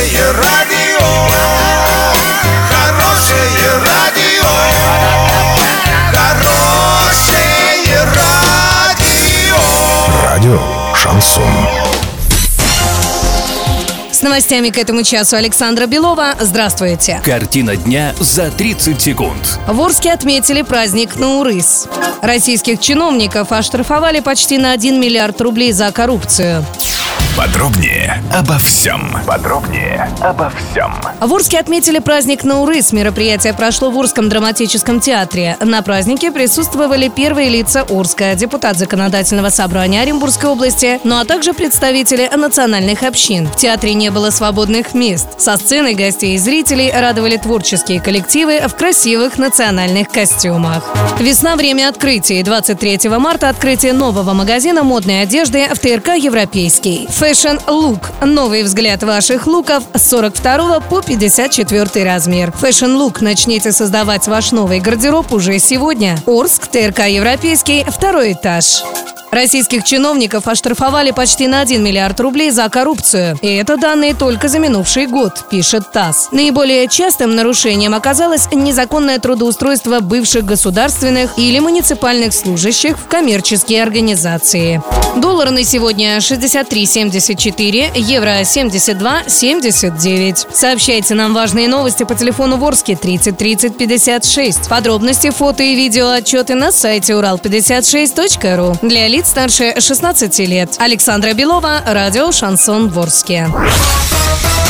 Хорошее радио, хорошее радио, хорошее радио. Радио Шансон. С новостями к этому часу Александра Белова. Здравствуйте. Картина дня за 30 секунд. В Орске отметили праздник Наурыз. Российских чиновников оштрафовали почти на 1 миллиард рублей за коррупцию. Подробнее обо всем. В Орске отметили праздник Наурыз. Мероприятие прошло в Орском драматическом театре. На празднике присутствовали первые лица Орска, депутат Законодательного собрания Оренбургской области, ну а также представители национальных общин. В театре не было свободных мест. Со сцены гостей и зрителей радовали творческие коллективы в красивых национальных костюмах. Весна – время открытий. 23 марта открытие нового магазина модной одежды в ТРК «Европейский». Fashion Look. Новый взгляд ваших луков с 42 по 54 размер. Fashion Look. Начните создавать ваш новый гардероб уже сегодня. Орск, ТРК «Европейский», 2-й этаж. Российских чиновников оштрафовали почти на 1 миллиард рублей за коррупцию. И это данные только за минувший год, пишет ТАСС. Наиболее частым нарушением оказалось незаконное трудоустройство бывших государственных или муниципальных служащих в коммерческие организации. Доллар на сегодня 63,74, евро 72,79. Сообщайте нам важные новости по телефону в Орске 30 30 56. Подробности, фото и видео отчеты на сайте урал56.ру. Для лиц старше 16 лет. Александра Белова, радио «Шансон» в Орске.